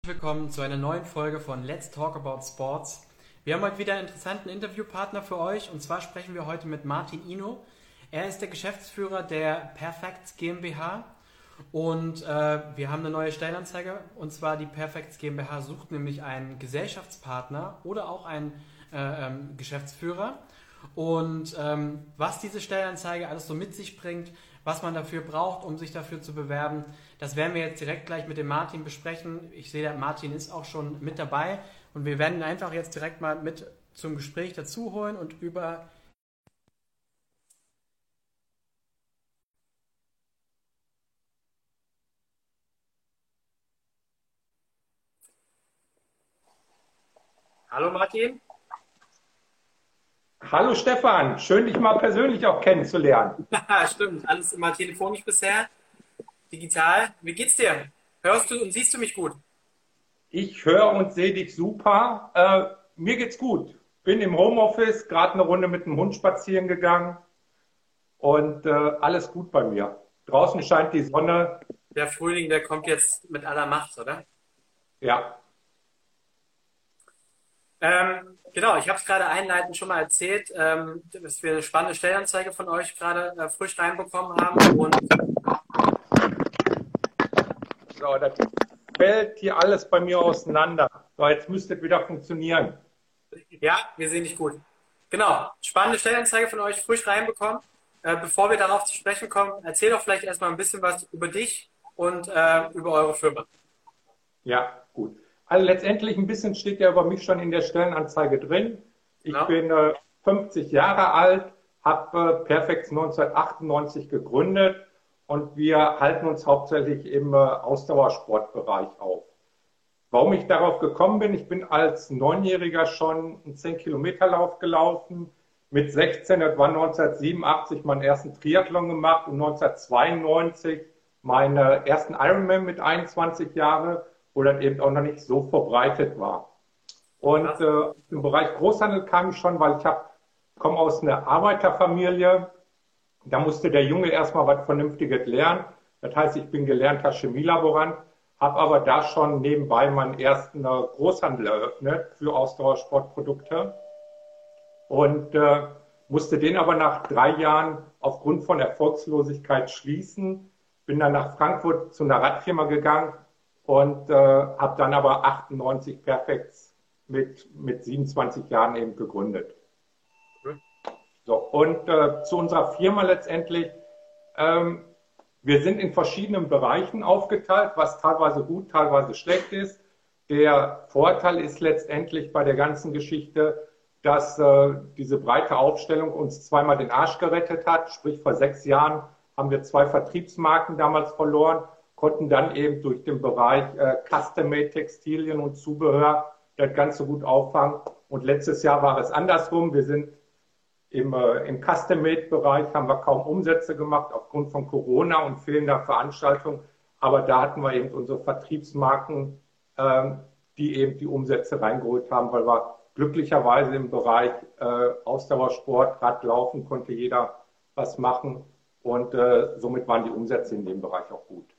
Willkommen zu einer neuen Folge von Let's Talk About Sports. Wir haben heute wieder einen interessanten Interviewpartner für euch und zwar sprechen wir heute mit Martin Ino. Er ist der Geschäftsführer der Perfects GmbH und wir haben eine neue Stellenanzeige und zwar die Perfects GmbH sucht nämlich einen Gesellschaftspartner oder auch einen Geschäftsführer und was diese Stellenanzeige alles so mit sich bringt, was man dafür braucht, um sich dafür zu bewerben, das werden wir jetzt direkt gleich mit dem Martin besprechen. Ich sehe, der Martin ist auch schon mit dabei und wir werden ihn einfach jetzt direkt mal mit zum Gespräch dazu holen und über... Hallo Martin. Hallo Stefan, schön dich mal persönlich auch kennenzulernen. Stimmt, alles immer telefonisch bisher, digital. Wie geht's dir? Hörst du und siehst du mich gut? Ich höre und sehe dich super. Mir geht's gut. Bin im Homeoffice, gerade eine Runde mit dem Hund spazieren gegangen und alles gut bei mir. Draußen scheint die Sonne. Der Frühling, der kommt jetzt mit aller Macht, oder? Ja, Genau, ich habe es gerade einleitend schon mal erzählt, dass wir eine spannende Stellenanzeige von euch gerade frisch reinbekommen haben. Und so, das fällt hier alles bei mir auseinander. So, jetzt müsste es wieder funktionieren. ja, wir sehen dich gut. Genau, spannende Stellenanzeige von euch frisch reinbekommen. Bevor wir darauf zu sprechen kommen, erzähl doch vielleicht erstmal ein bisschen was über dich und über eure Firma. Ja, gut. Also letztendlich ein bisschen steht ja über mich schon in der Stellenanzeige drin. Ich Genau. bin 50 Jahre alt, habe Perfex 1998 gegründet und wir halten uns hauptsächlich im Ausdauersportbereich auf. Warum ich darauf gekommen bin, ich bin als Neunjähriger schon einen 10-Kilometer-Lauf gelaufen. Mit 16, das war 1987, meinen ersten Triathlon gemacht und 1992 meinen ersten Ironman mit 21 Jahren, wo das eben auch noch nicht so verbreitet war. Und im Bereich Großhandel kam ich schon, weil komme aus einer Arbeiterfamilie. Da musste der Junge erstmal was Vernünftiges lernen. Das heißt, ich bin gelernter Chemielaborant, habe aber da schon nebenbei meinen ersten Großhandel eröffnet für Ausdauersportprodukte und musste den aber nach 3 Jahren aufgrund von Erfolgslosigkeit schließen. Bin dann nach Frankfurt zu einer Radfirma gegangen und habe dann aber 98 Perfects mit 27 Jahren eben gegründet. So, und zu unserer Firma letztendlich, wir sind in verschiedenen Bereichen aufgeteilt, was teilweise gut, teilweise schlecht ist. Der Vorteil ist letztendlich bei der ganzen Geschichte, dass diese breite Aufstellung uns zweimal den Arsch gerettet hat. Sprich, vor 6 Jahren haben wir 2 Vertriebsmarken damals verloren, konnten dann eben durch den Bereich Custom-Made Textilien und Zubehör das Ganze gut auffangen. Und letztes Jahr war es andersrum. Wir sind im Custom-Made-Bereich, haben wir kaum Umsätze gemacht aufgrund von Corona und fehlender Veranstaltung. Aber da hatten wir eben unsere Vertriebsmarken, die eben die Umsätze reingeholt haben, weil wir glücklicherweise im Bereich Ausdauersport, Radlaufen konnte jeder was machen. Und somit waren die Umsätze in dem Bereich auch gut.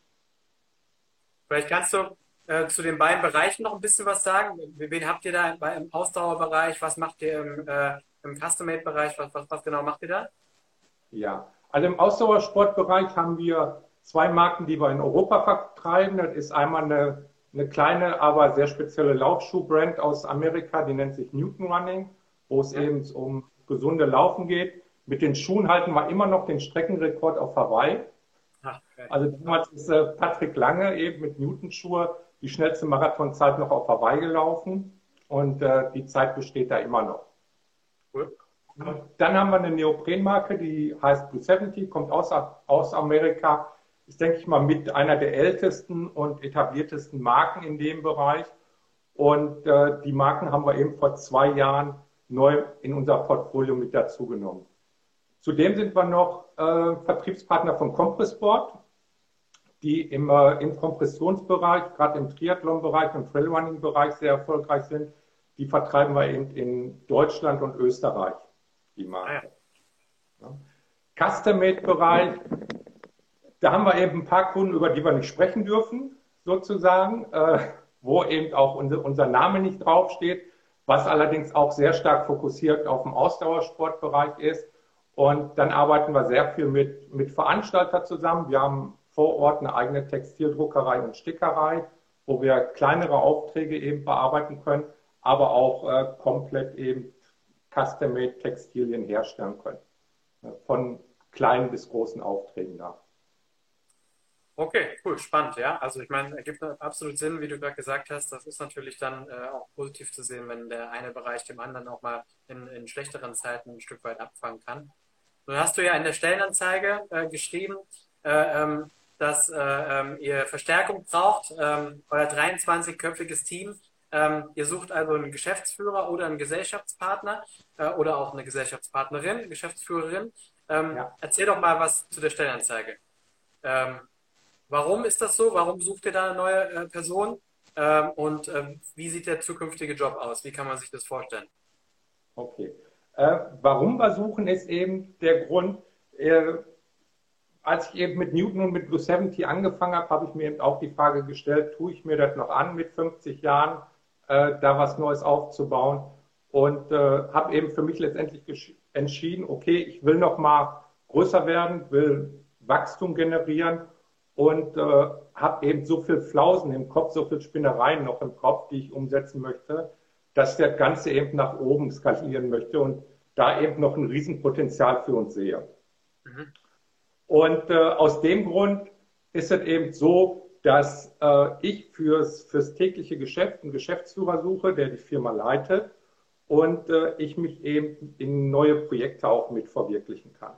Vielleicht kannst du zu den beiden Bereichen noch ein bisschen was sagen. Wen habt ihr da im Ausdauerbereich? Was macht ihr im Custom-Made-Bereich? Was genau macht ihr da? Ja, also im Ausdauersportbereich haben wir 2 Marken, die wir in Europa vertreiben. Das ist einmal eine kleine, aber sehr spezielle Laufschuh-Brand aus Amerika, die nennt sich Newton Running, wo es eben um gesunde Laufen geht. Mit den Schuhen halten wir immer noch den Streckenrekord auf Hawaii. Ach, okay. Also damals ist Patrick Lange eben mit Newton-Schuhe die schnellste Marathonzeit noch auf Hawaii gelaufen und die Zeit besteht da immer noch. Cool. Dann haben wir eine Neoprenmarke, die heißt Blue 70, kommt aus Amerika, ist, denke ich mal, mit einer der ältesten und etabliertesten Marken in dem Bereich. Und die Marken haben wir eben vor 2 Jahren neu in unser Portfolio mit dazugenommen. Zudem sind wir noch Vertriebspartner von Compressport, die im Kompressionsbereich, gerade im Triathlon-Bereich und Trailrunning-Bereich sehr erfolgreich sind. Die vertreiben wir eben in Deutschland und Österreich, die Marke. Ja. Custom-Made-Bereich, da haben wir eben ein paar Kunden, über die wir nicht sprechen dürfen, sozusagen. wo eben auch unser Name nicht draufsteht, was allerdings auch sehr stark fokussiert auf dem Ausdauersportbereich ist. Und dann arbeiten wir sehr viel mit Veranstaltern zusammen. Wir haben vor Ort eine eigene Textildruckerei und Stickerei, wo wir kleinere Aufträge eben bearbeiten können, aber auch komplett eben Custom-Made Textilien herstellen können. Von kleinen bis großen Aufträgen da. Okay, cool, spannend, ja. Also ich meine, ergibt absolut Sinn, wie du gerade gesagt hast. Das ist natürlich dann auch positiv zu sehen, wenn der eine Bereich dem anderen auch mal in schlechteren Zeiten ein Stück weit abfangen kann. Nun hast du ja in der Stellenanzeige geschrieben, dass ihr Verstärkung braucht, euer 23-köpfiges Team. Ihr sucht also einen Geschäftsführer oder einen Gesellschaftspartner oder auch eine Gesellschaftspartnerin, Geschäftsführerin. Ja. Erzähl doch mal was zu der Stellenanzeige. Warum ist das so? Warum sucht ihr da eine neue Person? Und wie sieht der zukünftige Job aus? Wie kann man sich das vorstellen? Okay. Warum wir suchen, ist eben der Grund, als ich eben mit Newton und mit Blue 70 angefangen habe, habe ich mir eben auch die Frage gestellt, tue ich mir das noch an mit 50 Jahren, da was Neues aufzubauen? Und habe eben für mich letztendlich entschieden, okay, ich will noch mal größer werden, will Wachstum generieren und habe eben so viel Flausen im Kopf, so viel Spinnereien noch im Kopf, die ich umsetzen möchte, dass ich das Ganze eben nach oben skalieren möchte und da eben noch ein Riesenpotenzial für uns sehe. Mhm. Und aus dem Grund ist es eben so, dass ich fürs tägliche Geschäft einen Geschäftsführer suche, der die Firma leitet und ich mich eben in neue Projekte auch mit verwirklichen kann.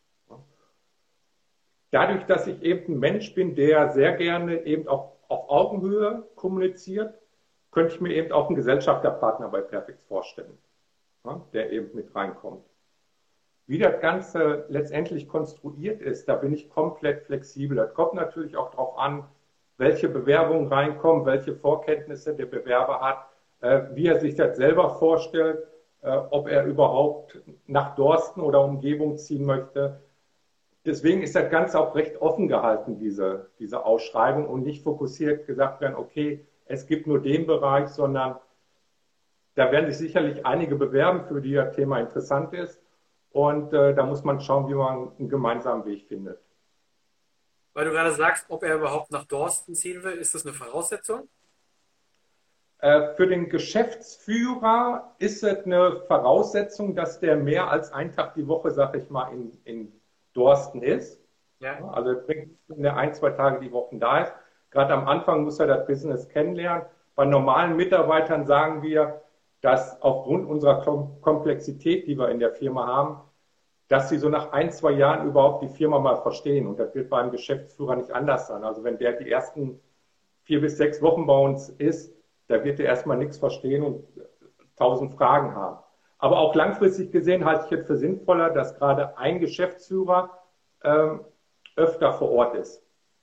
Dadurch, dass ich eben ein Mensch bin, der sehr gerne eben auch auf Augenhöhe kommuniziert, könnte ich mir eben auch einen Gesellschafterpartner bei Perfect vorstellen, der eben mit reinkommt. Wie das Ganze letztendlich konstruiert ist, da bin ich komplett flexibel. Das kommt natürlich auch darauf an, welche Bewerbungen reinkommen, welche Vorkenntnisse der Bewerber hat, wie er sich das selber vorstellt, ob er überhaupt nach Dorsten oder Umgebung ziehen möchte. Deswegen ist das Ganze auch recht offen gehalten, diese Ausschreibung, und nicht fokussiert gesagt werden, okay, es gibt nur den Bereich, sondern da werden sich sicherlich einige bewerben, für die das Thema interessant ist. Und da muss man schauen, wie man einen gemeinsamen Weg findet. Weil du gerade sagst, ob er überhaupt nach Dorsten ziehen will, ist das eine Voraussetzung? Für den Geschäftsführer ist es eine Voraussetzung, dass der mehr als einen Tag die Woche, sag ich mal, in Dorsten ist. Ja. Also er bringt, wenn er 1, 2 Tage die Woche da ist. Gerade am Anfang muss er das Business kennenlernen. Bei normalen Mitarbeitern sagen wir, dass aufgrund unserer Komplexität, die wir in der Firma haben, dass sie so nach 1, 2 Jahren überhaupt die Firma mal verstehen. Und das wird beim Geschäftsführer nicht anders sein. Also wenn der die ersten 4 bis 6 Wochen bei uns ist, da wird er erstmal nichts verstehen und 1000 Fragen haben. Aber auch langfristig gesehen halte ich es für sinnvoller, dass gerade ein Geschäftsführer öfter vor Ort ist.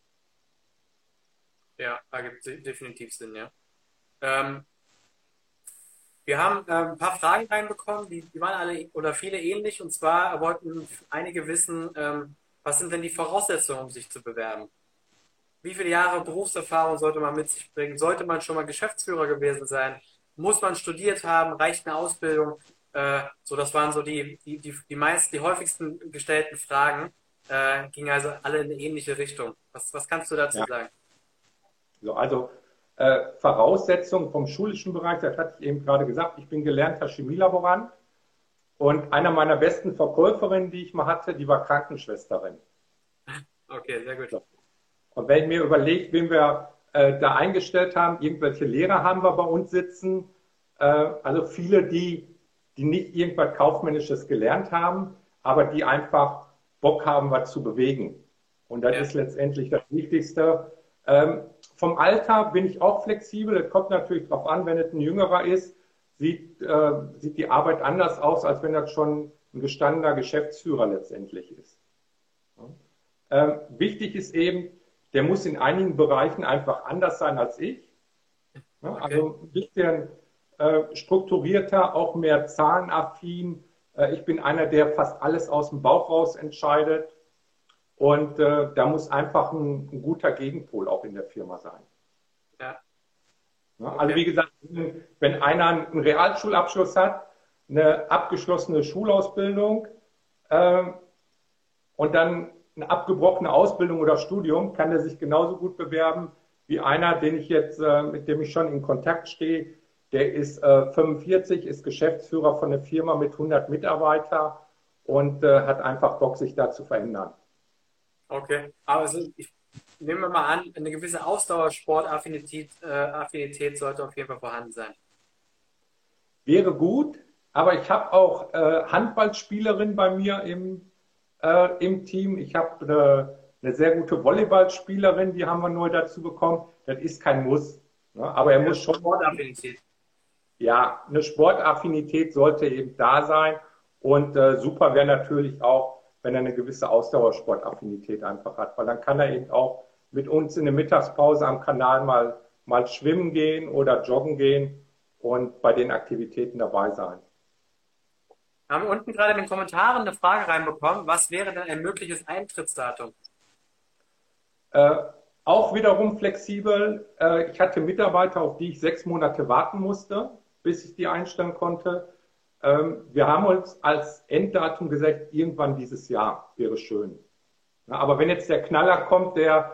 Ja, da gibt es definitiv Sinn, ja. Wir haben ein paar Fragen reinbekommen, die waren alle oder viele ähnlich. Und zwar wollten einige wissen, was sind denn die Voraussetzungen, um sich zu bewerben? Wie viele Jahre Berufserfahrung sollte man mit sich bringen? Sollte man schon mal Geschäftsführer gewesen sein? Muss man studiert haben? Reicht eine Ausbildung? So, das waren so die häufigsten gestellten Fragen. Gingen also alle in eine ähnliche Richtung. Was kannst du dazu Ja. sagen? Also Voraussetzungen vom schulischen Bereich, das hatte ich eben gerade gesagt, ich bin gelernter Chemielaborant und einer meiner besten Verkäuferinnen, die ich mal hatte, die war Krankenschwesterin. Okay, sehr gut. So. Und wenn ich mir überlege, wen wir da eingestellt haben, irgendwelche Lehrer haben wir bei uns sitzen, also viele, die nicht irgendwas Kaufmännisches gelernt haben, aber die einfach Bock haben, was zu bewegen. Und das ist letztendlich das Wichtigste. Vom Alter bin ich auch flexibel. Es kommt natürlich darauf an, wenn es ein Jüngerer ist, sieht die Arbeit anders aus, als wenn das schon ein gestandener Geschäftsführer letztendlich ist. Wichtig ist eben, der muss in einigen Bereichen einfach anders sein als ich. Ja, Okay. also ein bisschen strukturierter, auch mehr zahlenaffin. Ich bin einer, der fast alles aus dem Bauch raus entscheidet. Und da muss einfach ein guter Gegenpol auch in der Firma sein. Ja. Ja, also wie gesagt, wenn einer einen Realschulabschluss hat, eine abgeschlossene Schulausbildung und dann eine abgebrochene Ausbildung oder Studium, kann er sich genauso gut bewerben wie einer, den ich jetzt, mit dem ich schon in Kontakt stehe. Der ist 45, ist Geschäftsführer von einer Firma mit 100 Mitarbeitern und hat einfach Bock, sich da zu verändern. Okay, aber also nehmen wir mal an, eine gewisse Ausdauersportaffinität Affinität sollte auf jeden Fall vorhanden sein. Wäre gut, aber ich habe auch Handballspielerin bei mir im Team. Ich habe eine sehr gute Volleyballspielerin, die haben wir neu dazu bekommen. Das ist kein Muss. Ne? Aber er muss schon. Sportaffinität. Ja, eine Sportaffinität sollte eben da sein. Und super wäre natürlich auch, wenn er eine gewisse Ausdauersportaffinität einfach hat, weil dann kann er eben auch mit uns in der Mittagspause am Kanal mal schwimmen gehen oder joggen gehen und bei den Aktivitäten dabei sein. Wir haben unten gerade in den Kommentaren eine Frage reinbekommen. Was wäre denn ein mögliches Eintrittsdatum? Äh, Auch wiederum flexibel. Ich hatte Mitarbeiter, auf die ich 6 Monate warten musste, bis ich die einstellen konnte. Wir haben uns als Enddatum gesagt, irgendwann dieses Jahr wäre schön. Ja, aber wenn jetzt der Knaller kommt,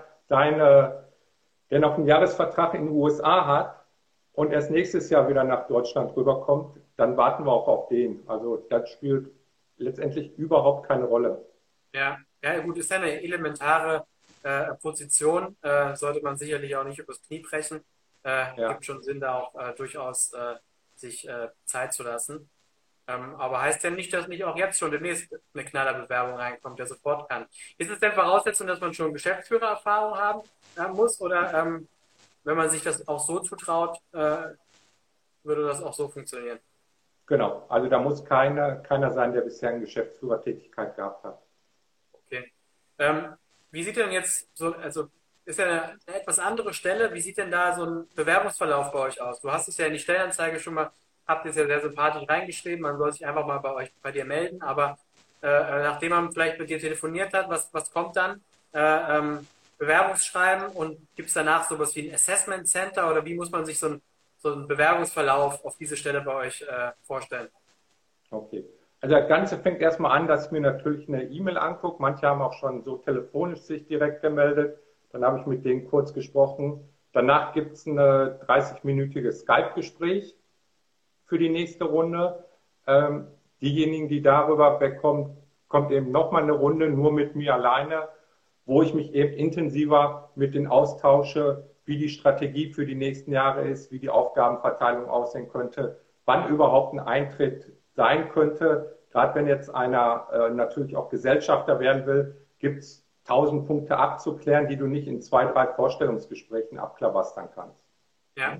der noch einen Jahresvertrag in den USA hat und erst nächstes Jahr wieder nach Deutschland rüberkommt, dann warten wir auch auf den. Also das spielt letztendlich überhaupt keine Rolle. Ja, ja, gut, ist ja eine elementare Position, sollte man sicherlich auch nicht übers Knie brechen. Ja. Gibt schon Sinn, da auch durchaus sich Zeit zu lassen. Aber heißt ja nicht, dass nicht auch jetzt schon demnächst eine Knallerbewerbung reinkommt, der sofort kann. Ist es denn Voraussetzung, dass man schon Geschäftsführererfahrung haben muss? Oder wenn man sich das auch so zutraut, würde das auch so funktionieren? Genau, also da muss keiner sein, der bisher eine Geschäftsführertätigkeit gehabt hat. Okay. Wie sieht denn jetzt so, also ist ja eine etwas andere Stelle, wie sieht denn da so ein Bewerbungsverlauf bei euch aus? Du hast es ja in die Stellenanzeige schon mal, habt es ja sehr sympathisch reingeschrieben, man soll sich einfach mal bei dir melden, aber nachdem man vielleicht mit dir telefoniert hat, was kommt dann? Bewerbungsschreiben und gibt es danach sowas wie ein Assessment Center oder wie muss man sich so einen Bewerbungsverlauf auf diese Stelle bei euch vorstellen? Okay. Also das Ganze fängt erstmal an, dass ich mir natürlich eine E-Mail angucke. Manche haben auch schon so telefonisch sich direkt gemeldet. Dann habe ich mit denen kurz gesprochen. Danach gibt es ein 30-minütiges Skype-Gespräch für die nächste Runde. Diejenigen, die darüber wegkommen, kommt eben nochmal eine Runde nur mit mir alleine, wo ich mich eben intensiver mit denen austausche, wie die Strategie für die nächsten Jahre ist, wie die Aufgabenverteilung aussehen könnte, wann überhaupt ein Eintritt sein könnte. Gerade wenn jetzt einer natürlich auch Gesellschafter werden will, gibt es 1000 Punkte abzuklären, die du nicht in 2, 3 Vorstellungsgesprächen abklabastern kannst. Ja.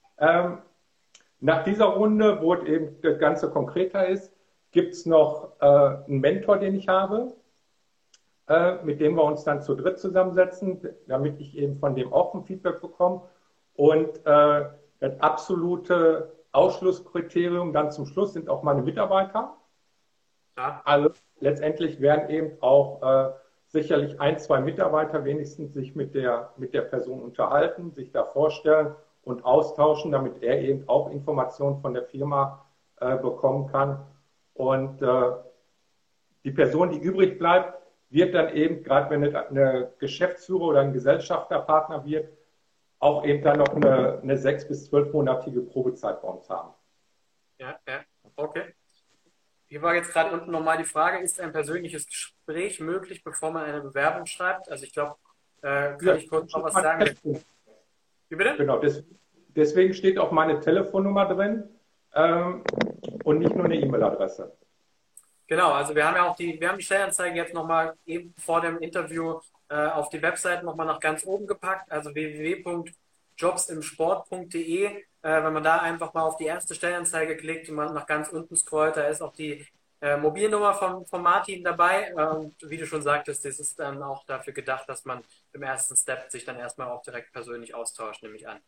Nach dieser Runde, wo eben das Ganze konkreter ist, gibt es noch einen Mentor, den ich habe, mit dem wir uns dann zu dritt zusammensetzen, damit ich eben von dem auch ein Feedback bekomme. Und das absolute Ausschlusskriterium dann zum Schluss sind auch meine Mitarbeiter. Ja. Also letztendlich werden eben auch sicherlich 1, 2 Mitarbeiter wenigstens sich mit der Person unterhalten, sich da vorstellen und austauschen, damit er eben auch Informationen von der Firma bekommen kann. Und die Person, die übrig bleibt, wird dann eben, gerade wenn eine Geschäftsführer oder ein Gesellschafterpartner wird, auch eben dann noch eine 6- bis 12-monatige Probezeit bei uns haben. Ja, okay. Hier war jetzt gerade unten nochmal die Frage, ist ein persönliches Gespräch möglich, bevor man eine Bewerbung schreibt? Also ich glaube, kann ich kurz noch was sagen? Wie bitte? Genau, deswegen steht auch meine Telefonnummer drin und nicht nur eine E-Mail-Adresse. Genau, also wir haben die Stellenanzeige jetzt nochmal eben vor dem Interview auf die Website nochmal nach ganz oben gepackt, also www.jobsimsport.de. Wenn man da einfach mal auf die erste Stellenanzeige klickt und man nach ganz unten scrollt, da ist auch die Mobilnummer von Martin dabei. Und wie du schon sagtest, das ist dann auch dafür gedacht, dass man im ersten Step sich dann erstmal auch direkt persönlich austauscht, nehme ich an.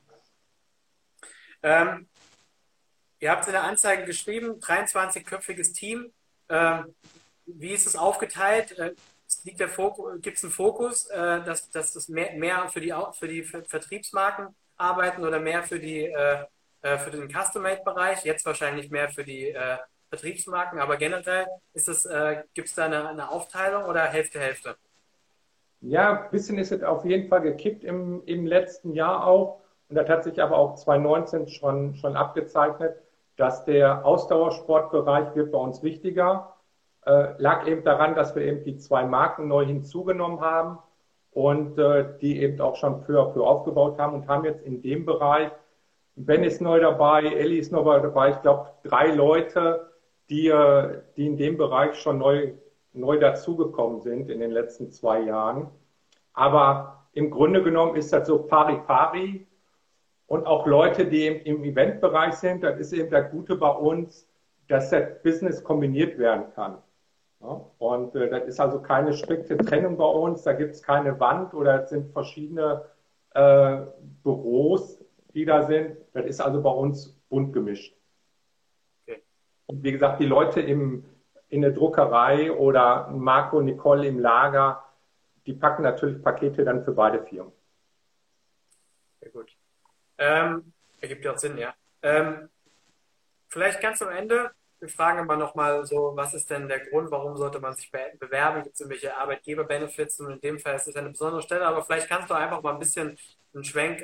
Ihr habt in der Anzeige geschrieben, 23-köpfiges Team. Wie ist es aufgeteilt? Gibt es einen Fokus, dass das mehr für die Vertriebsmarken arbeiten oder mehr für für den Custom-Made-Bereich? Jetzt wahrscheinlich mehr für die Vertriebsmarken, aber generell gibt es da eine Aufteilung oder Hälfte, Hälfte? Ja, ein bisschen ist es auf jeden Fall gekippt im letzten Jahr auch. Und das hat sich aber auch 2019 schon abgezeichnet, dass der Ausdauersportbereich wird bei uns wichtiger. Lag eben daran, dass wir eben die zwei Marken neu hinzugenommen haben und die eben auch schon peu à peu aufgebaut haben und haben jetzt in dem Bereich, Ben ist neu dabei, Ellie ist neu dabei, ich glaube 3 Leute, die in dem Bereich schon neu dazugekommen sind in den letzten 2 Jahren. Aber im Grunde genommen ist das so pari-pari und auch Leute, die im Eventbereich sind, das ist eben das Gute bei uns, dass das Business kombiniert werden kann. Ja, und das ist also keine strikte Trennung bei uns, da gibt es keine Wand oder es sind verschiedene äh, Büros, die da sind. Das ist also bei uns bunt gemischt. Okay. Und wie gesagt, die Leute in der Druckerei oder Marco, Nicole im Lager, die packen natürlich Pakete dann für beide Firmen. Sehr gut. Ergibt ja auch Sinn, ja. Vielleicht ganz am Ende, wir fragen aber nochmal so, was ist denn der Grund, warum sollte man sich bewerben? Gibt es irgendwelche Arbeitgeber-Benefits? Und in dem Fall ist es eine besondere Stelle, aber vielleicht kannst du einfach mal ein bisschen einen Schwenk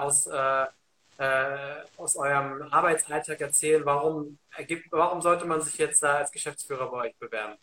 aus eurem Arbeitsalltag erzählen. Warum sollte man sich jetzt da als Geschäftsführer bei euch bewerben?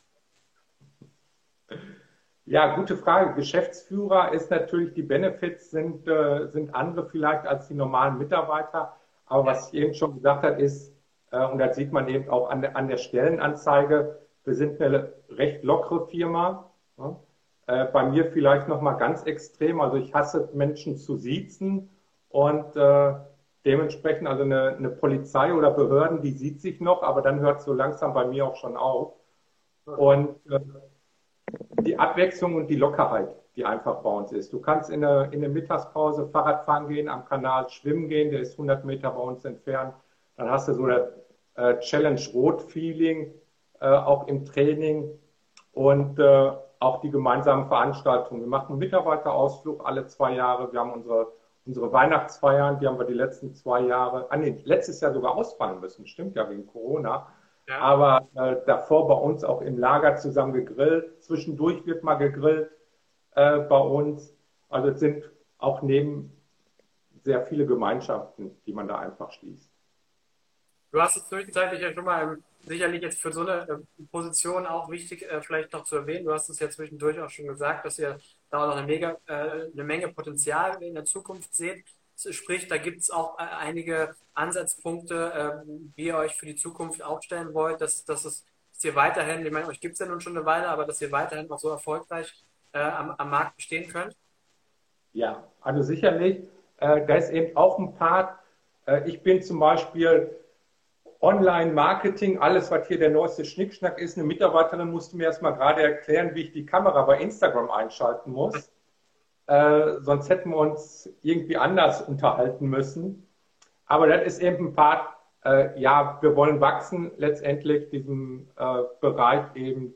Ja, gute Frage. Geschäftsführer ist natürlich, die Benefits sind andere vielleicht als die normalen Mitarbeiter. Aber Ja, was ich eben schon gesagt habe, ist, und das sieht man eben auch an der Stellenanzeige, wir sind eine recht lockere Firma. Ja. Bei mir vielleicht nochmal ganz extrem. Also ich hasse Menschen zu siezen und dementsprechend also eine Polizei oder Behörden, die sieht sich noch, aber dann hört es so langsam bei mir auch schon auf. okay. Und die Abwechslung und die Lockerheit, die einfach bei uns ist. Du kannst in der Mittagspause Fahrrad fahren gehen, am Kanal schwimmen gehen, der ist 100 Meter bei uns entfernt. Dann hast du so das Challenge Rot Feeling auch im Training und auch die gemeinsamen Veranstaltungen. Wir machen einen Mitarbeiterausflug alle 2 Jahre. Wir haben unsere Weihnachtsfeiern, die haben wir die letzten 2 Jahre, nee, letztes Jahr sogar ausfallen müssen, stimmt ja wegen Corona. Ja. Aber davor bei uns auch im Lager zusammen gegrillt. Zwischendurch wird mal gegrillt bei uns. Also es sind auch neben sehr viele Gemeinschaften, die man da einfach schließt. Du hast es zwischenzeitlich ja schon mal sicherlich jetzt für so eine Position auch wichtig, vielleicht noch zu erwähnen. Du hast es ja zwischendurch auch schon gesagt, dass ihr da auch noch eine Menge Potenzial in der Zukunft seht. Sprich, da gibt es auch einige Ansatzpunkte, wie ihr euch für die Zukunft aufstellen wollt, dass ihr weiterhin, ich meine, euch gibt es ja nun schon eine Weile, aber dass ihr weiterhin auch so erfolgreich am Markt bestehen könnt. Ja, also sicherlich, da ist eben auch ein Part. Ich bin zum Beispiel Online-Marketing, alles, was hier der neueste Schnickschnack ist. Eine Mitarbeiterin musste mir erst mal gerade erklären, wie ich die Kamera bei Instagram einschalten muss. Sonst hätten wir uns irgendwie anders unterhalten müssen. Aber das ist eben ein Part, ja, wir wollen wachsen, letztendlich diesen Bereich eben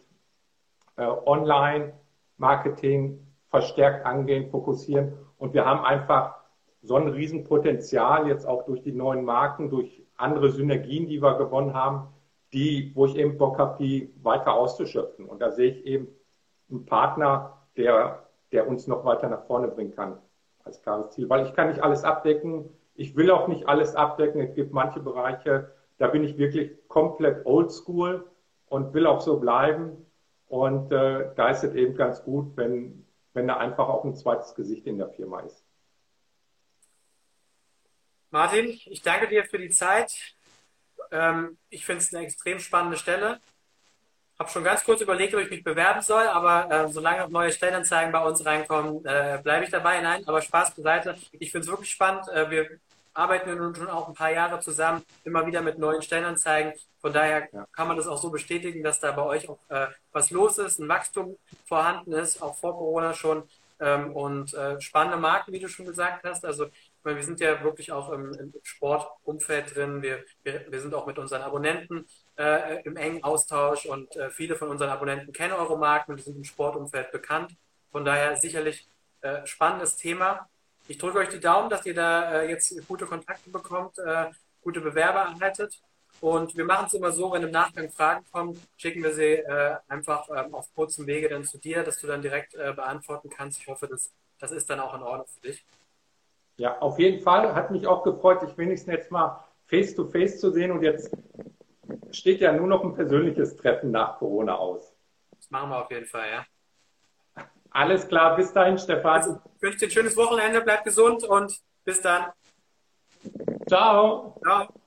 Online-Marketing verstärkt angehen, fokussieren. Und wir haben einfach so ein Riesenpotenzial jetzt auch durch die neuen Marken, durch andere Synergien, die wir gewonnen haben, wo ich eben Bock habe, die weiter auszuschöpfen. Und da sehe ich eben einen Partner, der uns noch weiter nach vorne bringen kann als klares Ziel. Weil ich kann nicht alles abdecken. Ich will auch nicht alles abdecken. Es gibt manche Bereiche, da bin ich wirklich komplett oldschool und will auch so bleiben. Und da ist es eben ganz gut, wenn da einfach auch ein zweites Gesicht in der Firma ist. Martin, ich danke dir für die Zeit. Ich finde es eine extrem spannende Stelle. Habe schon ganz kurz überlegt, ob ich mich bewerben soll, aber solange noch neue Stellenanzeigen bei uns reinkommen, bleibe ich dabei. Nein, aber Spaß beiseite. Ich finde es wirklich spannend. Wir arbeiten ja nun schon auch ein paar Jahre zusammen, immer wieder mit neuen Stellenanzeigen. Von daher Ja. kann man das auch so bestätigen, dass da bei euch auch was los ist, ein Wachstum vorhanden ist, auch vor Corona schon. Und spannende Marken, wie du schon gesagt hast. Also ich meine, wir sind ja wirklich auch im Sportumfeld drin. Wir sind auch mit unseren Abonnenten im engen Austausch und viele von unseren Abonnenten kennen eure Marken und die sind im Sportumfeld bekannt. Von daher sicherlich spannendes Thema. Ich drücke euch die Daumen, dass ihr da jetzt gute Kontakte bekommt, gute Bewerber erhaltet. Und wir machen es immer so, wenn im Nachgang Fragen kommen, schicken wir sie einfach auf kurzem Wege dann zu dir, dass du dann direkt beantworten kannst. Ich hoffe, das ist dann auch in Ordnung für dich. Ja, auf jeden Fall. Hat mich auch gefreut, dich wenigstens jetzt mal face to face zu sehen. Und jetzt steht ja nur noch ein persönliches Treffen nach Corona aus. Das machen wir auf jeden Fall, ja. Alles klar, bis dahin, Also, Stefan. ich wünsche dir ein schönes Wochenende, bleib gesund und bis dann. Ciao. Ciao.